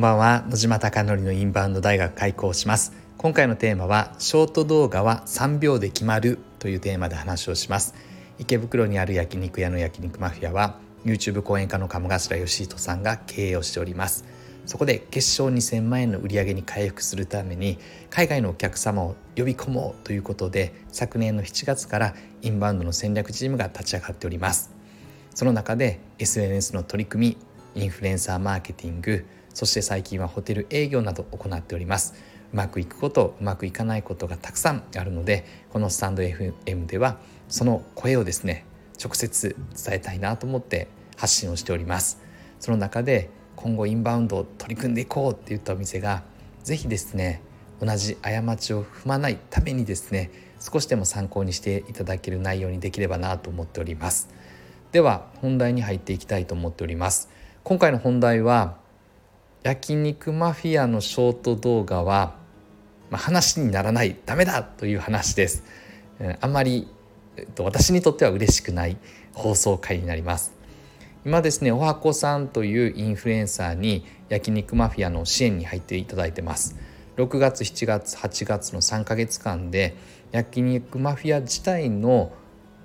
こんばんは。野島貴則のインバウンド大学開講します。今回のテーマはショート動画は3秒で決まるというテーマで話をします。池袋にある焼肉屋の焼肉マフィアは YouTube 講演家の鴨頭義人さんが経営をしております。そこで月賞2000万円の売り上げに回復するために海外のお客様を呼び込もうということで、昨年の7月からインバウンドの戦略チームが立ち上がっております。その中で SNS の取り組み、インフルエンサーマーケティング、そして最近はホテル営業などを行っております。うまくいくこと、うまくいかないことがたくさんあるので、このスタンド FM ではその声をですね、直接伝えたいなと思って発信をしております。その中で今後インバウンドを取り組んでいこうって言ったお店がぜひですね、同じ過ちを踏まないためにですね、少しでも参考にしていただける内容にできればなと思っております。では本題に入っていきたいと思っております。今回の本題は焼肉マフィアのショート動画は、話にならない、ダメだという話です。あんまり、私にとっては嬉しくない放送回になります。今ですね、おはこさんというインフルエンサーに焼肉マフィアの支援に入っていただいてます。6月、7月、8月の3ヶ月間で焼肉マフィア自体の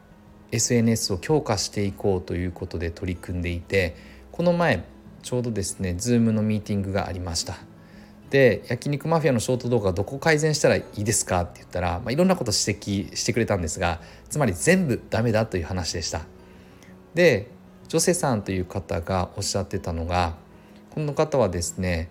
SNS を強化していこうということで取り組んでいて、この前ちょうどですね Zoom のミーティングがありました。で、焼肉マフィアのショート動画どこ改善したらいいですかって言ったら、いろんなこと指摘してくれたんですが、つまり全部ダメだという話でした。で、ジョセさんという方がおっしゃってたのが、この方はですね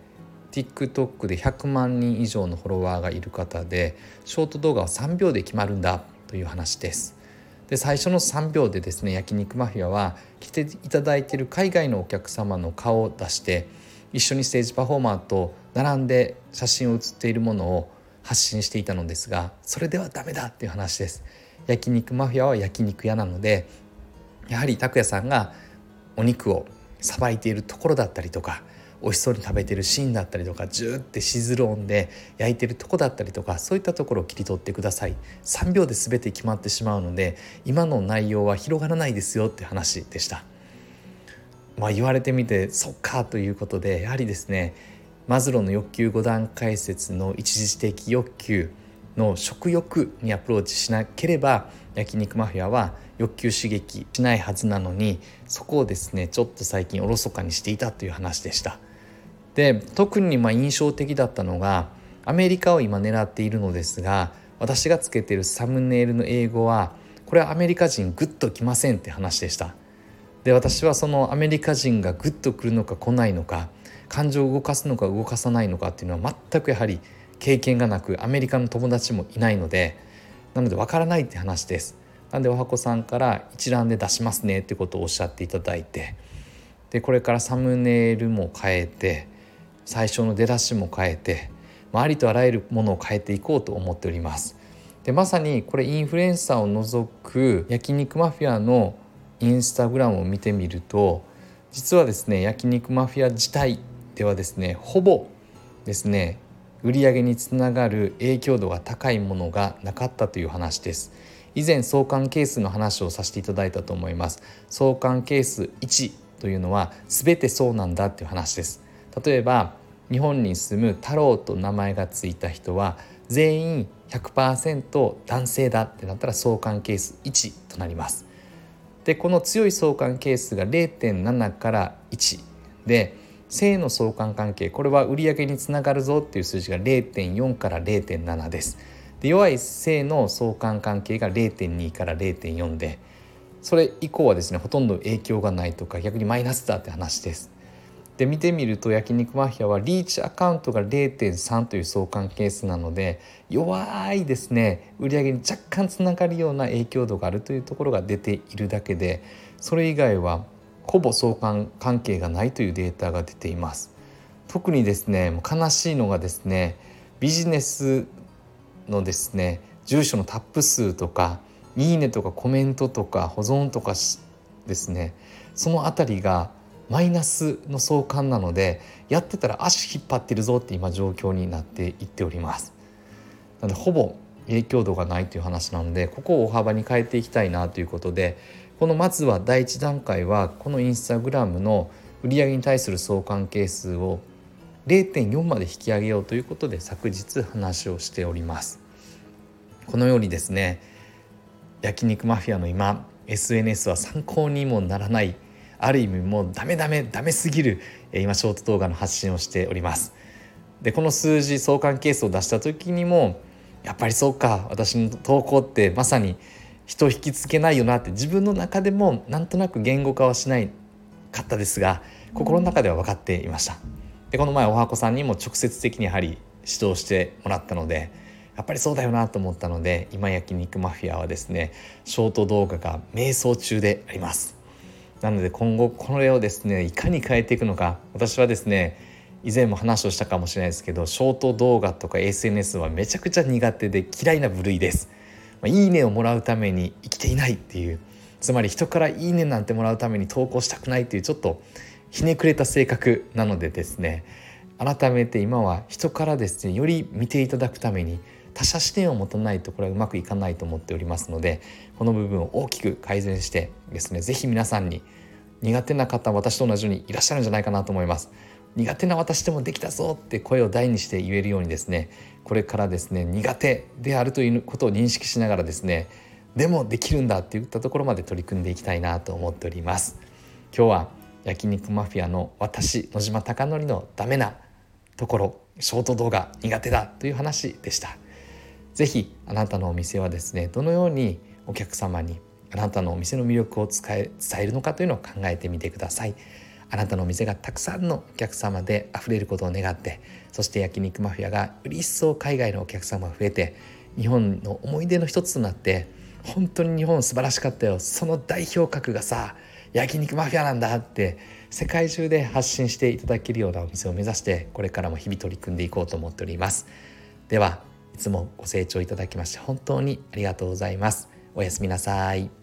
TikTok で100万人以上のフォロワーがいる方で、ショート動画は3秒で決まるんだという話です。で、最初の3秒でですね、焼肉マフィアは来ていただいている海外のお客様の顔を出して一緒にステージパフォーマーと並んで写真を写っているものを発信していたのですが、それではダメだっていう話です。焼肉マフィアは焼肉屋なので、やはり拓也さんがお肉をさばいているところだったりとか、美味しそうに食べてるシーンだったりとか、ジューってシズル音で焼いてるとこだったりとか、そういったところを切り取ってください。3秒で全て決まってしまうので今の内容は広がらないですよって話でした。言われてみてそっかということで、やはりですね、マズローの欲求5段階説の一時的欲求の食欲にアプローチしなければ焼肉マフィアは欲求刺激しないはずなのに、そこをですねちょっと最近おろそかにしていたという話でした。で、特に印象的だったのが、アメリカを今狙っているのですが、私がつけているサムネイルの英語はこれはアメリカ人グッと来ませんって話でした。で、私はそのアメリカ人がグッと来るのか来ないのか、感情を動かすのか動かさないのかっていうのは全くやはり経験がなく、アメリカの友達もいないので、なので分からないって話です。なのでおはこさんから一覧で出しますねってことをおっしゃっていただいて、でこれからサムネイルも変えて、最初の出だしも変えて、ありとあらゆるものを変えていこうと思っております。で、まさにこれインフルエンサーを除く焼肉マフィアのインスタグラムを見てみると、実はですね焼肉マフィア自体ではですね、ほぼですね売上につながる影響度が高いものがなかったという話です。以前相関係数の話をさせていただいたと思います。相関係数1というのは全てそうなんだという話です。例えば日本に住む太郎と名前がついた人は全員 100% 男性だってなったら相関係数1となります。で、この強い相関係数が 0.7 から1で、正の相関関係、これは売上につながるぞっていう数字が 0.4 から 0.7 です。で、弱い正の相関関係が 0.2 から 0.4 で、それ以降はですねほとんど影響がないとか逆にマイナスだって話です。で、見てみると焼肉マフィアはリーチアカウントが 0.3 という相関係数なので、弱いですね売上に若干つながるような影響度があるというところが出ているだけで、それ以外はほぼ相関関係がないというデータが出ています。特にですね悲しいのがですね、ビジネスのですね住所のタップ数とかいいねとかコメントとか保存とかですね、そのあたりがマイナスの相関なので、やってたら足引っ張ってるぞって今状況になっていっております。なのでほぼ影響度がないという話なので、ここを大幅に変えていきたいなということで、このまずは第一段階はこのインスタグラムの売上に対する相関係数を 0.4 まで引き上げようということで昨日話をしております。このようにですね、焼肉マフィアの今 SNS は参考にもならない、ある意味もうダメすぎる今ショート動画の発信をしております。でこの数字相関係数を出した時にもやっぱりそうか、私の投稿ってまさに人を引きつけないよなって自分の中でもなんとなく言語化はしないかったですが、心の中では分かっていました。でこの前おはこさんにも直接的にやはり指導してもらったので、やっぱりそうだよなと思ったので、今焼肉マフィアはですねショート動画が迷走中であります。なので今後これをですねいかに変えていくのか、私はですね以前も話をしたかもしれないですけど、ショート動画とか SNS はめちゃくちゃ苦手で嫌いな部類です。いいねをもらうために生きていないっていう、つまり人からいいねなんてもらうために投稿したくないっていうちょっとひねくれた性格なのでですね、改めて今は人からですねより見ていただくために他者視点を持たないとこれはうまくいかないと思っておりますので、この部分を大きく改善してですね、ぜひ皆さんに苦手な方、私と同じようにいらっしゃるんじゃないかなと思います。苦手な私でもできたぞって声を大にして言えるようにですね、これからですね苦手であるということを認識しながらですね、でもできるんだっていったところまで取り組んでいきたいなと思っております。今日は焼肉マフィアの私野島貴則のダメなところ、ショート動画苦手だという話でした。ぜひあなたのお店はですねどのようにお客様にあなたのお店の魅力を伝えるのかというのを考えてみてください。あなたのお店がたくさんのお客様であふれることを願って、そして焼肉マフィアがより一層海外のお客様が増えて日本の思い出の一つとなって、本当に日本素晴らしかったよ、その代表格がさ焼肉マフィアなんだって世界中で発信していただけるようなお店を目指してこれからも日々取り組んでいこうと思っております。ではいつもご清聴いただきまして本当にありがとうございます。おやすみなさい。